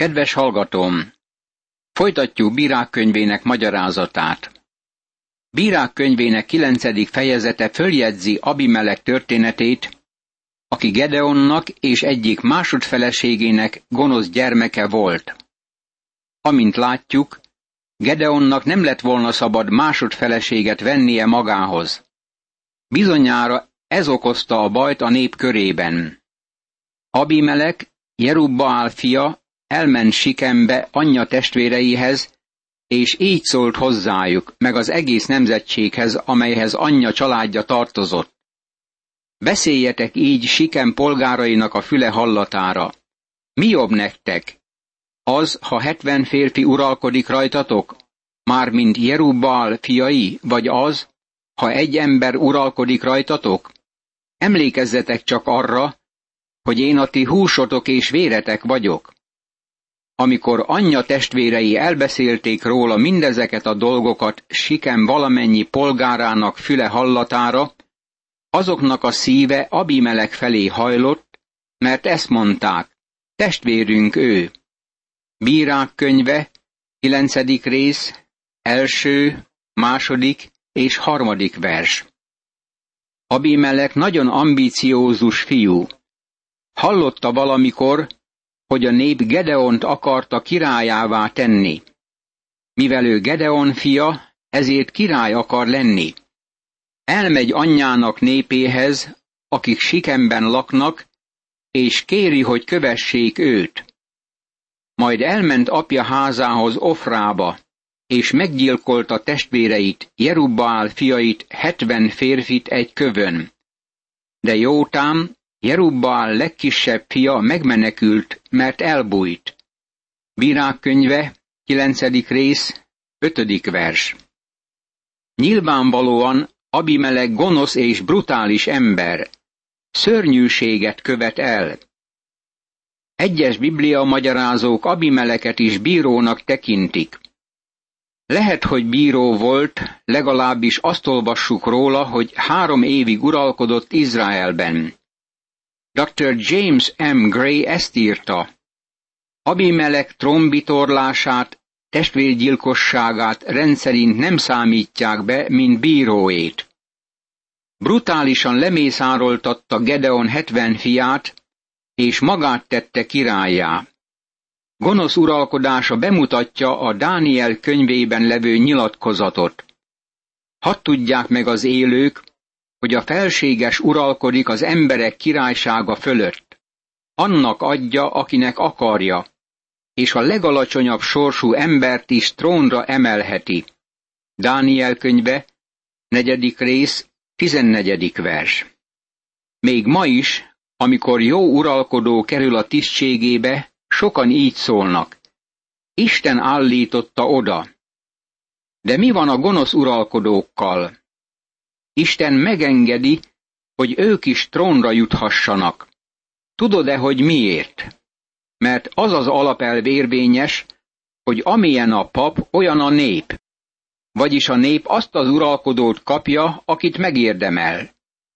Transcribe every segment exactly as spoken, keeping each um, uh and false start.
Kedves hallgatóm! Folytatjuk Bírák könyvének magyarázatát. Bírák könyvének kilencedik fejezete följegyzi Abimelek történetét, aki Gedeonnak és egyik másodfeleségének gonosz gyermeke volt. Amint látjuk, Gedeonnak nem lett volna szabad másodfeleséget vennie magához. Bizonyára ez okozta a bajt a nép körében. Abimelek, Jerubbaál fia, elment Sikembe anyja testvéreihez, és így szólt hozzájuk, meg az egész nemzetséghez, amelyhez anyja családja tartozott. Beszéljetek így Sikem polgárainak a füle hallatára. Mi jobb nektek? Az, ha hetven férfi uralkodik rajtatok, mármint Jerubbaál fiai, vagy az, ha egy ember uralkodik rajtatok? Emlékezzetek csak arra, hogy én a ti húsotok és véretek vagyok. Amikor anyja testvérei elbeszélték róla mindezeket a dolgokat Sikem valamennyi polgárának füle hallatára, azoknak a szíve Abimelek felé hajlott, mert ezt mondták, testvérünk ő. Bírák könyve, kilencedik rész, első, második és harmadik vers. Abimelek nagyon ambiciózus fiú. Hallotta valamikor, hogy a nép Gedeont akarta királyává tenni. Mivel ő Gedeon fia, ezért király akar lenni. Elmegy anyjának népéhez, akik Sikemben laknak, és kéri, hogy kövessék őt. Majd elment apja házához Ofrába, és meggyilkolta testvéreit, Jerubbaál fiait, hetven férfit egy kövön. De Jótám, Jerubbaál legkisebb fia megmenekült, mert elbújt. Bírák könyve, kilencedik rész, ötödik vers. Nyilvánvalóan Abimelek gonosz és brutális ember, szörnyűséget követ el. Egyes biblia magyarázók Abimeleket is bírónak tekintik. Lehet, hogy bíró volt, legalábbis azt olvassuk róla, hogy három évig uralkodott Izraelben. doktor James M. Gray ezt írta: Abimelek trónbitorlását, testvérgyilkosságát rendszerint nem számítják be, mint bíróét. Brutálisan lemészároltatta Gedeon hetven fiát, és magát tette királlyá. Gonosz uralkodása bemutatja a Dániel könyvében levő nyilatkozatot. Hadd tudják meg az élők, hogy a felséges uralkodik az emberek királysága fölött. Annak adja, akinek akarja, és a legalacsonyabb sorsú embert is trónra emelheti. Dániel könyve, negyedik rész, tizennegyedik vers. Még ma is, amikor jó uralkodó kerül a tisztségébe, sokan így szólnak: Isten állította oda. De mi van a gonosz uralkodókkal? Isten megengedi, hogy ők is trónra juthassanak. Tudod-e, hogy miért? Mert az az alapelv érvényes, hogy amilyen a pap, olyan a nép. Vagyis a nép azt az uralkodót kapja, akit megérdemel.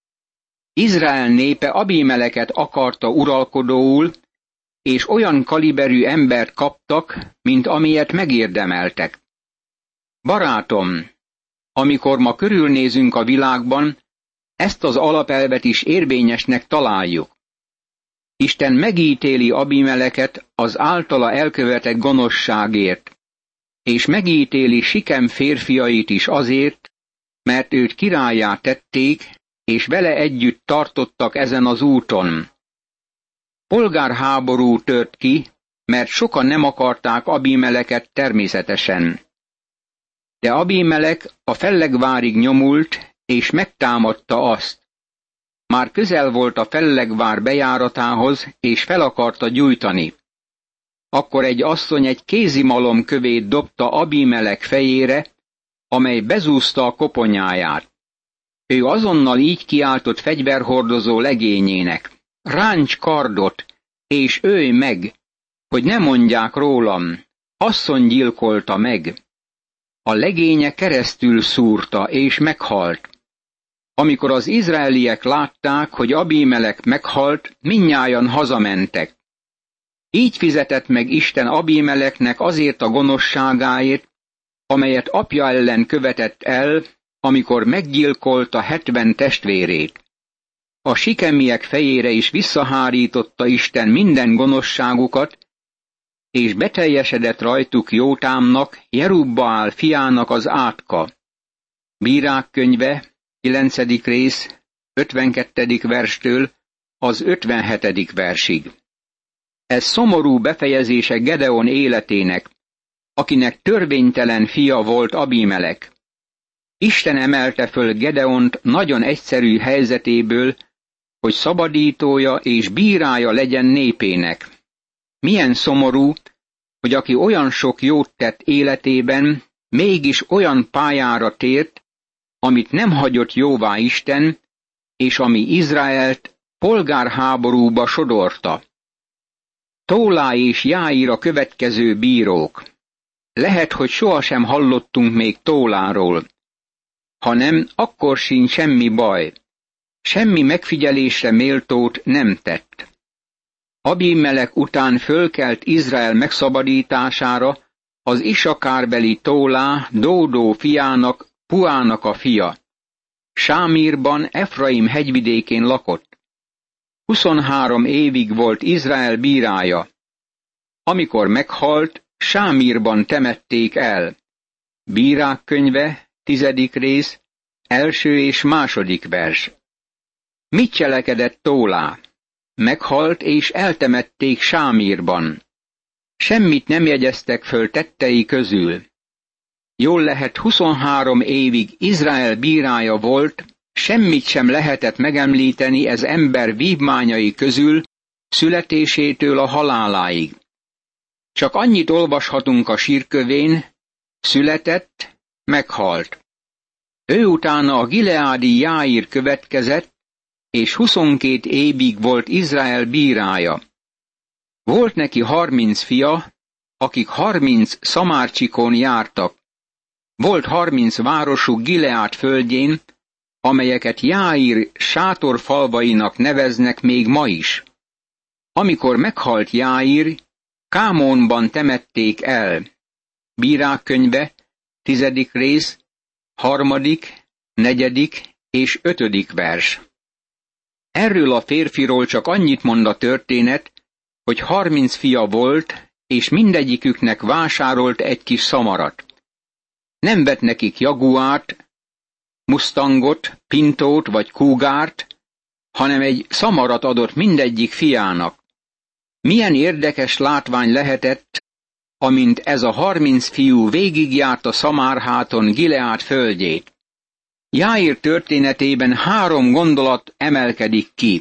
Izrael népe Abimeleket akarta uralkodóul, és olyan kaliberű embert kaptak, mint amilyet megérdemeltek. Barátom, amikor ma körülnézünk a világban, ezt az alapelvet is érvényesnek találjuk. Isten megítéli Abimeleket az általa elkövetett gonoszságért, és megítéli Sikem férfiait is azért, mert őt királlyá tették, és vele együtt tartottak ezen az úton. Polgárháború tört ki, mert sokan nem akarták Abimeleket természetesen. De Abimelek a Fellegvárig nyomult, és megtámadta azt. Már közel volt a Fellegvár bejáratához, és fel akarta gyújtani. Akkor egy asszony egy kézimalom kövét dobta Abimelek fejére, amely bezúzta a koponyáját. Ő azonnal így kiáltott fegyverhordozó legényének: Ráncs kardot, és ölj meg, hogy ne mondják rólam, asszony gyilkolta meg. A legénye keresztül szúrta, és meghalt. Amikor az izraeliek látták, hogy Abimelek meghalt, mindnyájan hazamentek. Így fizetett meg Isten Abimeleknek azért a gonoszságáért, amelyet apja ellen követett el, amikor meggyilkolta hetven testvérét. A sikemiek fejére is visszahárította Isten minden gonoszságukat, és beteljesedett rajtuk Jótámnak, Jerubbaál fiának az átka. Bírák könyve, kilencedik rész, ötvenkettedik verstől az ötvenhetedik versig. Ez szomorú befejezése Gedeon életének, akinek törvénytelen fia volt Abimelek. Isten emelte föl Gedeont nagyon egyszerű helyzetéből, hogy szabadítója és bírája legyen népének. Milyen szomorú, hogy aki olyan sok jót tett életében, mégis olyan pályára tért, amit nem hagyott jóvá Isten, és ami Izraelt polgárháborúba sodorta. Tólá és Jáir a következő bírók. Lehet, hogy sohasem hallottunk még Tóláról. Hanem akkor sincs semmi baj. Semmi megfigyelésre méltót nem tett. Abimelek után fölkelt Izrael megszabadítására az Isakárbeli Tólá Dódó fiának, Puának a fia. Sámírban, Efraim hegyvidékén lakott. huszonhárom évig volt Izrael bírája. Amikor meghalt, Sámírban temették el. Bírák könyve, tizedik rész, első és második vers. Mit cselekedett Tólá? Meghalt és eltemették Sámírban. Semmit nem jegyeztek föl tettei közül. Jól lehet huszonhárom évig Izrael bírája volt, semmit sem lehetett megemlíteni ez ember vívmányai közül, születésétől a haláláig. Csak annyit olvashatunk a sírkövén, született, meghalt. Ő utána a gileádi Jáir következett, és huszonkét évig volt Izrael bírája. Volt neki harminc fia, akik harminc szamárcsikón jártak. Volt harminc városuk Gileád földjén, amelyeket Jáir sátorfalvainak neveznek még ma is. Amikor meghalt Jáir, Kámonban temették el. Bírák könyve, tizedik rész, harmadik, negyedik és ötödik vers. Erről a férfiról csak annyit mond a történet, hogy harminc fia volt, és mindegyiküknek vásárolt egy kis szamarat. Nem vett nekik jaguárt, mustangot, pintót vagy kúgárt, hanem egy szamarat adott mindegyik fiának. Milyen érdekes látvány lehetett, amint ez a harminc fiú végigjárt a szamárháton Gileád földjét. Jáir történetében három gondolat emelkedik ki.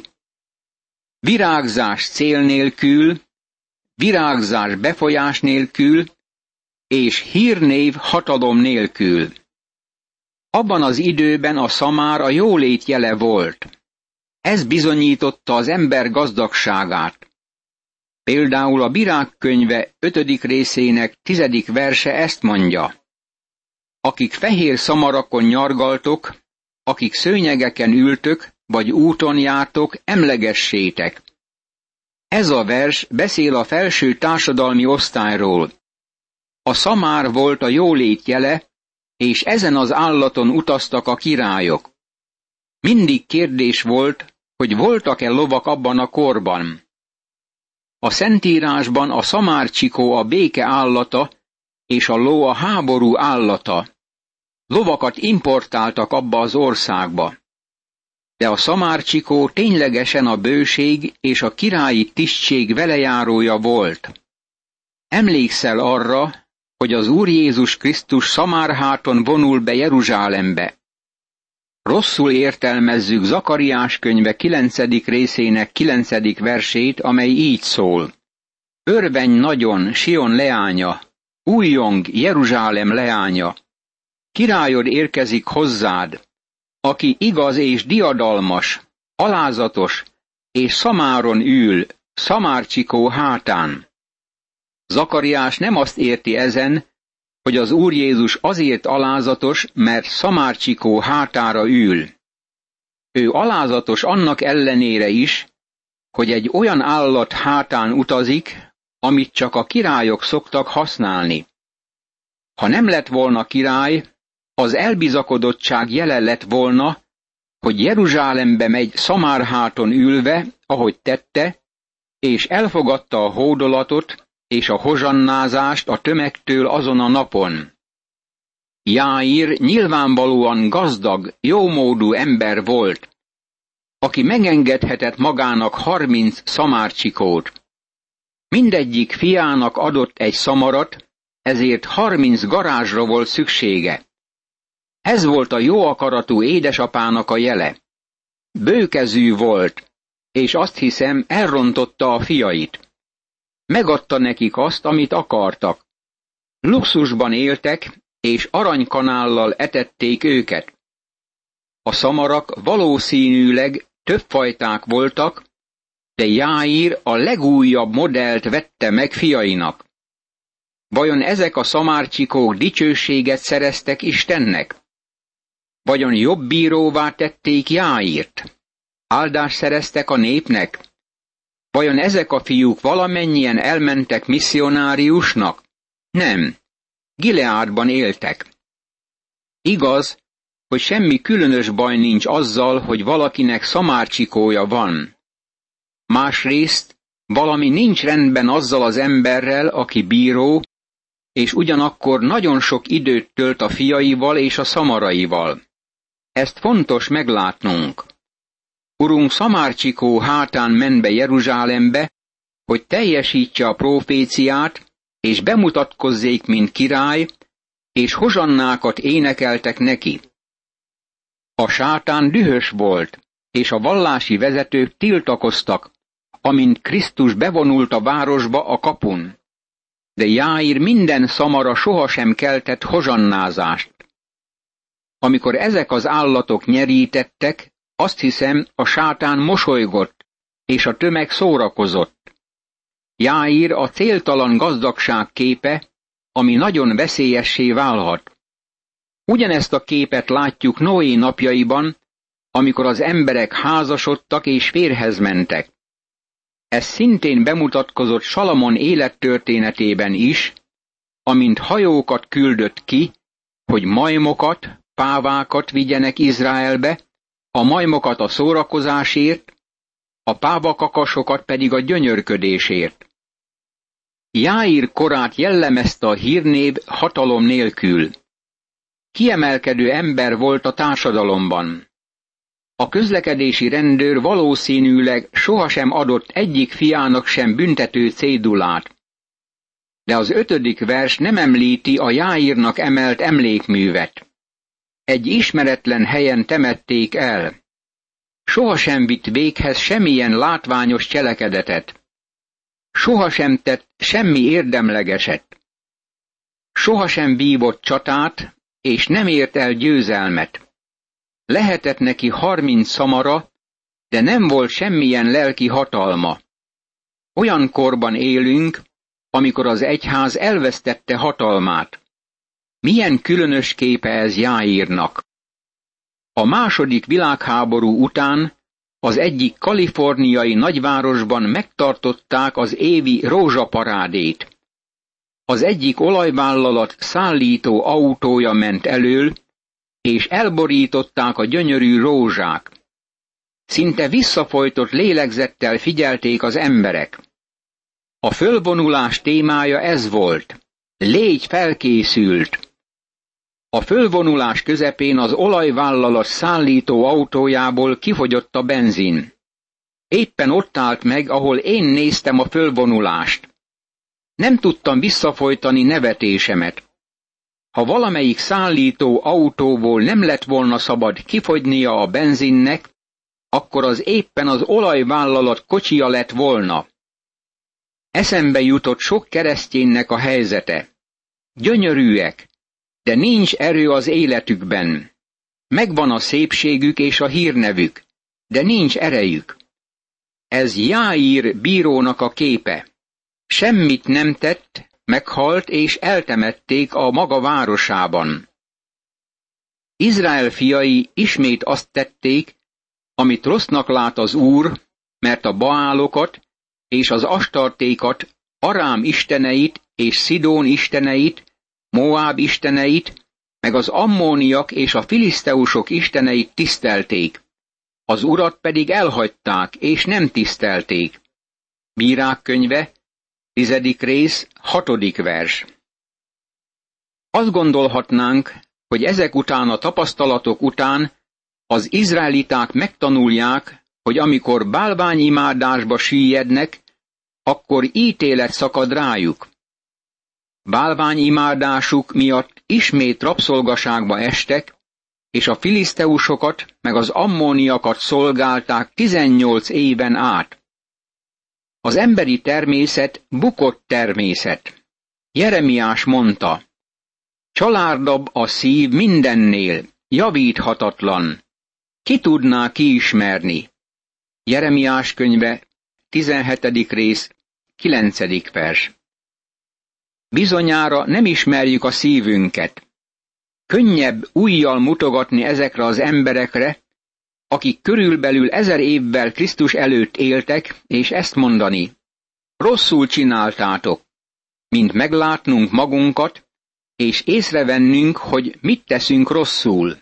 Virágzás cél nélkül, virágzás befolyás nélkül, és hírnév hatalom nélkül. Abban az időben a szamár a jólét jele volt. Ez bizonyította az ember gazdagságát. Például a Bírák könyve ötödik részének tizedik verse ezt mondja. Akik fehér szamarakon nyargaltok, akik szőnyegeken ültök, vagy úton jártok, emlegessétek. Ez a vers beszél a felső társadalmi osztályról. A szamár volt a jólét jele, és ezen az állaton utaztak a királyok. Mindig kérdés volt, hogy voltak-e lovak abban a korban. A Szentírásban a szamárcsikó a béke állata, és a ló a háború állata. Lovakat importáltak abba az országba. De a szamárcsikó ténylegesen a bőség és a királyi tisztség velejárója volt. Emlékszel arra, hogy az Úr Jézus Krisztus szamárháton vonul be Jeruzsálembe. Rosszul értelmezzük Zakariás könyve kilencedik részének kilencedik versét, amely így szól. Örvenj nagyon, Sion leánya, újjong, Jeruzsálem leánya. Királyod érkezik hozzád, aki igaz és diadalmas, alázatos, és szamáron ül, szamárcsikó hátán. Zakariás nem azt érti ezen, hogy az Úr Jézus azért alázatos, mert szamárcsikó hátára ül. Ő alázatos annak ellenére is, hogy egy olyan állat hátán utazik, amit csak a királyok szoktak használni. Ha nem lett volna király, az elbizakodottság jele lett volna, hogy Jeruzsálembe megy szamárháton ülve, ahogy tette, és elfogadta a hódolatot és a hozsannázást a tömegtől azon a napon. Jáir nyilvánvalóan gazdag, jómódú ember volt, aki megengedhetett magának harminc szamárcsikót. Mindegyik fiának adott egy szamarat, ezért harminc garázsra volt szüksége. Ez volt a jó akaratú édesapának a jele. Bőkezű volt, és azt hiszem elrontotta a fiait. Megadta nekik azt, amit akartak. Luxusban éltek, és aranykanállal etették őket. A szamarak valószínűleg többfajták voltak, de Jáir a legújabb modellt vette meg fiainak. Vajon ezek a szamárcsikók dicsőséget szereztek Istennek? Vajon jobb bíróvá tették Jáirt? Áldást szereztek a népnek? Vajon ezek a fiúk valamennyien elmentek misszionáriusnak? Nem. Gileádban éltek. Igaz, hogy semmi különös baj nincs azzal, hogy valakinek szamárcsikója van. Másrészt valami nincs rendben azzal az emberrel, aki bíró, és ugyanakkor nagyon sok időt tölt a fiaival és a szamaraival. Ezt fontos meglátnunk. Urunk szamárcsikó hátán ment be Jeruzsálembe, hogy teljesítse a proféciát, és bemutatkozzék, mint király, és hozsannákat énekeltek neki. A sátán dühös volt, és a vallási vezetők tiltakoztak, amint Krisztus bevonult a városba a kapun. De Jáir minden szamara sohasem keltett hozsannázást. Amikor ezek az állatok nyerítettek, azt hiszem, a sátán mosolygott, és a tömeg szórakozott. Jáir a céltalan gazdagság képe, ami nagyon veszélyessé válhat. Ugyanezt a képet látjuk Noé napjaiban, amikor az emberek házasodtak és férjhez mentek. Ez szintén bemutatkozott Salamon élettörténetében is, amint hajókat küldött ki, hogy majmokat, pávákat vigyenek Izraelbe, a majmokat a szórakozásért, a pávakakasokat pedig a gyönyörködésért. Jáir korát jellemezte a hírnév hatalom nélkül. Kiemelkedő ember volt a társadalomban. A közlekedési rendőr valószínűleg sohasem adott egyik fiának sem büntető cédulát. De az ötödik vers nem említi a Jáirnak emelt emlékművet. Egy ismeretlen helyen temették el. Sohasem vitt véghez semmilyen látványos cselekedetet. Sohasem tett semmi érdemlegeset. Sohasem vívott csatát, és nem ért el győzelmet. Lehetett neki harminc szamara, de nem volt semmilyen lelki hatalma. Olyan korban élünk, amikor az egyház elvesztette hatalmát. Milyen különös képe ez Jáirnak. A második világháború után az egyik kaliforniai nagyvárosban megtartották az évi rózsaparádét. Az egyik olajvállalat szállító autója ment elől, és elborították a gyönyörű rózsák. Szinte visszafojtott lélegzettel figyelték az emberek. A fölvonulás témája ez volt. Légy felkészült! A fölvonulás közepén az olajvállalat szállító autójából kifogyott a benzin. Éppen ott állt meg, ahol én néztem a fölvonulást. Nem tudtam visszafojtani nevetésemet. Ha valamelyik szállító autóból nem lett volna szabad kifogynia a benzinnek, akkor az éppen az olajvállalat kocsija lett volna. Eszembe jutott sok kereszténynek a helyzete. Gyönyörűek, de nincs erő az életükben. Megvan a szépségük és a hírnevük, de nincs erejük. Ez Jáir bírónak a képe. Semmit nem tett, meghalt és eltemették a maga városában. Izrael fiai ismét azt tették, amit rossznak lát az Úr, mert a baálokat és az astartékat Arám isteneit és Szidón isteneit, Moáb isteneit, meg az ammóniak és a filiszteusok isteneit tisztelték, az Urat pedig elhagyták és nem tisztelték. Bírák könyve, tizedik rész, hatodik vers. Azt gondolhatnánk, hogy ezek után a tapasztalatok után az izraeliták megtanulják, hogy amikor bálványimádásba süllyednek, akkor ítélet szakad rájuk. Bálványimádásuk miatt ismét rabszolgaságba estek, és a filiszteusokat meg az ammóniakat szolgálták tizennyolc éven át. Az emberi természet bukott természet. Jeremiás mondta, csalárdabb a szív mindennél, javíthatatlan. Ki tudná kiismerni? Jeremiás könyve, tizenhetedik rész, kilencedik vers. Bizonyára nem ismerjük a szívünket. Könnyebb ujjal mutogatni ezekre az emberekre, akik körülbelül ezer évvel Krisztus előtt éltek, és ezt mondani, rosszul csináltátok, mint meglátnunk magunkat, és észrevennünk, hogy mit teszünk rosszul.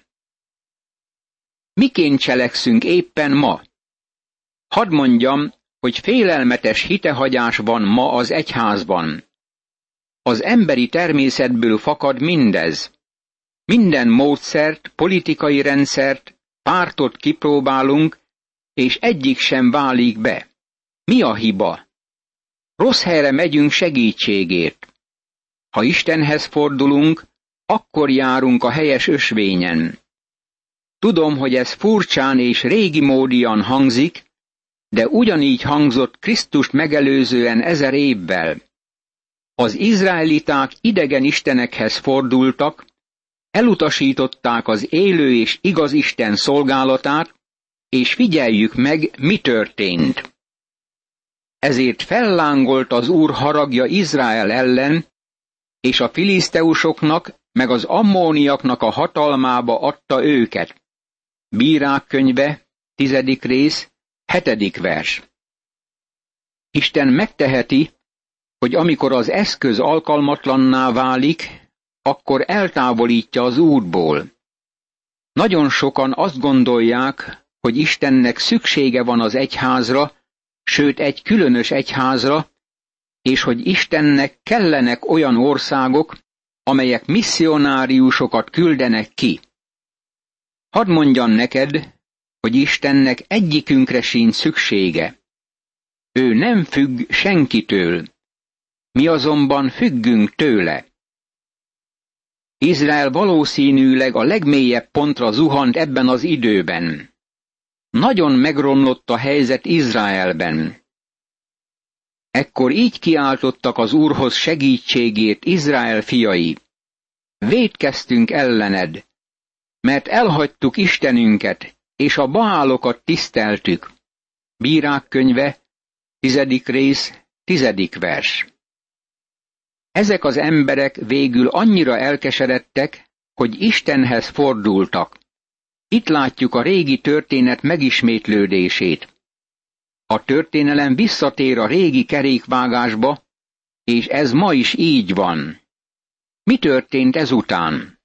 Miként cselekszünk éppen ma? Hadd mondjam, hogy félelmetes hitehagyás van ma az egyházban. Az emberi természetből fakad mindez. Minden módszert, politikai rendszert, pártot kipróbálunk, és egyik sem válik be. Mi a hiba? Rossz helyre megyünk segítségért. Ha Istenhez fordulunk, akkor járunk a helyes ösvényen. Tudom, hogy ez furcsán és régi módian hangzik, de ugyanígy hangzott Krisztust megelőzően ezer évvel. Az izraeliták idegen istenekhez fordultak, elutasították az élő és igaz Isten szolgálatát, és figyeljük meg, mi történt. Ezért fellángolt az Úr haragja Izrael ellen, és a filiszteusoknak meg az ammóniaknak a hatalmába adta őket. Bírák könyve, tizedik rész, hetedik vers. Isten megteheti, hogy amikor az eszköz alkalmatlanná válik, akkor eltávolítja az útból. Nagyon sokan azt gondolják, hogy Istennek szüksége van az egyházra, sőt egy különös egyházra, és hogy Istennek kellenek olyan országok, amelyek misszionáriusokat küldenek ki. Hadd mondjam neked, hogy Istennek egyikünkre sincs szüksége. Ő nem függ senkitől, mi azonban függünk tőle. Izrael valószínűleg a legmélyebb pontra zuhant ebben az időben. Nagyon megromlott a helyzet Izraelben. Ekkor így kiáltottak az Úrhoz segítségért Izrael fiai. Vétkeztünk ellened, mert elhagytuk Istenünket, és a baálokat tiszteltük. Bírák könyve, tizedik rész, tizedik vers. Ezek az emberek végül annyira elkeseredtek, hogy Istenhez fordultak. Itt látjuk a régi történet megismétlődését. A történelem visszatér a régi kerékvágásba, és ez ma is így van. Mi történt ezután?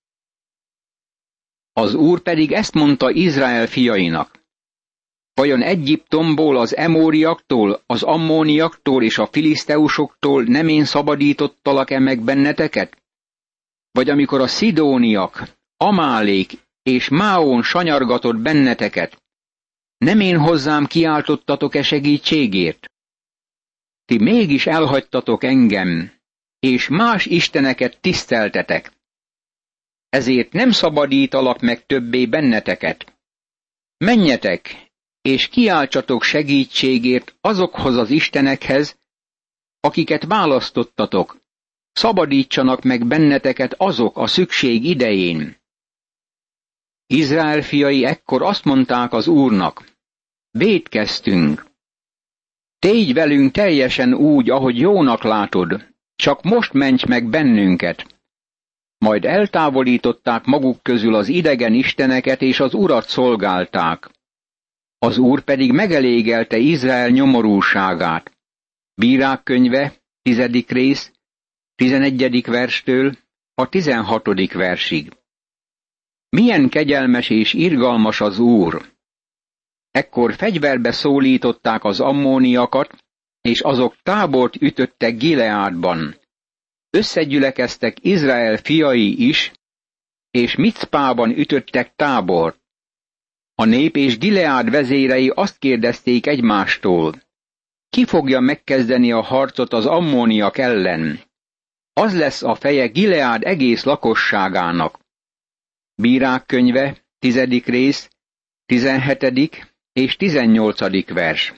Az Úr pedig ezt mondta Izrael fiainak. Vajon Egyiptomból, az emóriaktól, az ammóniaktól és a filiszteusoktól nem én szabadítottalak-e meg benneteket? Vagy amikor a szidóniak, Amálék és Máón sanyargatott benneteket, nem én hozzám kiáltottatok-e segítségért? Ti mégis elhagytatok engem, és más isteneket tiszteltetek. Ezért nem szabadítalak meg többé benneteket. Menjetek, és kiáltsatok segítségért azokhoz az istenekhez, akiket választottatok. Szabadítsanak meg benneteket azok a szükség idején. Izrael fiai ekkor azt mondták az Úrnak, vétkeztünk. Tégy velünk teljesen úgy, ahogy jónak látod, csak most ments meg bennünket. Majd eltávolították maguk közül az idegen isteneket, és az Urat szolgálták. Az Úr pedig megelégelte Izrael nyomorúságát. Bírák könyve, tizedik rész, tizenegyedik verstől a tizenhatodik versig. Milyen kegyelmes és irgalmas az Úr! Ekkor fegyverbe szólították az ammóniakat, és azok tábort ütöttek Gileádban. Összegyülekeztek Izrael fiai is, és Micpában ütöttek tábort. A nép és Gileád vezérei azt kérdezték egymástól: ki fogja megkezdeni a harcot az ammóniak ellen? Az lesz a feje Gileád egész lakosságának. Bírák könyve, tizedik rész, tizenhetedik és tizennyolcadik vers.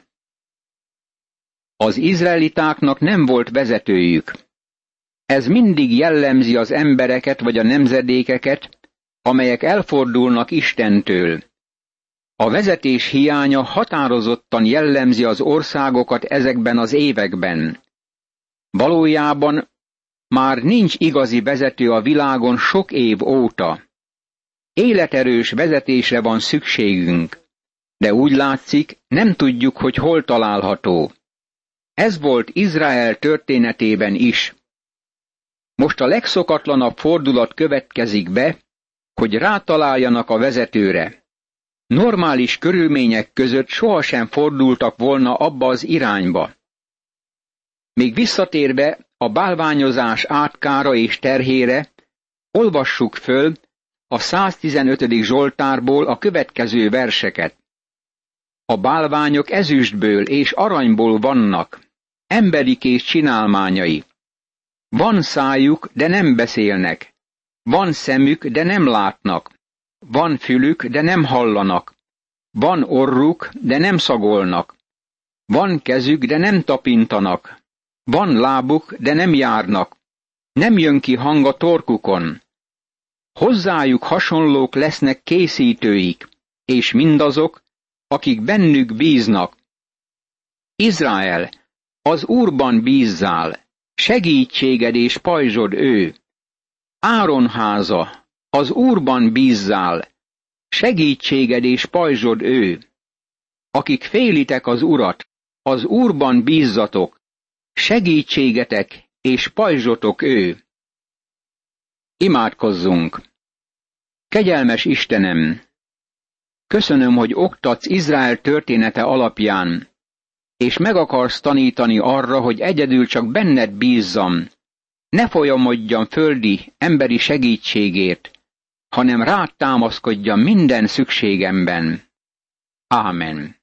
Az izraelitáknak nem volt vezetőjük. Ez mindig jellemzi az embereket vagy a nemzedékeket, amelyek elfordulnak Istentől. A vezetés hiánya határozottan jellemzi az országokat ezekben az években. Valójában már nincs igazi vezető a világon sok év óta. Életerős vezetésre van szükségünk, de úgy látszik, nem tudjuk, hogy hol található. Ez volt Izrael történetében is. Most a legszokatlanabb fordulat következik be, hogy rátaláljanak a vezetőre. Normális körülmények között sohasem fordultak volna abba az irányba. Még visszatérve a bálványozás átkára és terhére, olvassuk föl a száztizenötödik Zsoltárból a következő verseket. A bálványok ezüstből és aranyból vannak, emberi kéz csinálmányai. Van szájuk, de nem beszélnek. Van szemük, de nem látnak. Van fülük, de nem hallanak. Van orruk, de nem szagolnak. Van kezük, de nem tapintanak. Van lábuk, de nem járnak. Nem jön ki hang a torkukon. Hozzájuk hasonlók lesznek készítőik, és mindazok, akik bennük bíznak. Izrael, az Úrban bízzál, segítséged és pajzsod ő. Áron háza, az Úrban bízzál, segítséged és pajzsod ő. Akik félitek az Urat, az Úrban bízzatok, segítségetek és pajzsotok ő. Imádkozzunk! Kegyelmes Istenem! Köszönöm, hogy oktatsz Izrael története alapján, és meg akarsz tanítani arra, hogy egyedül csak benned bízzam, ne folyamodjam földi, emberi segítségért, hanem rád támaszkodjam minden szükségemben. Ámen.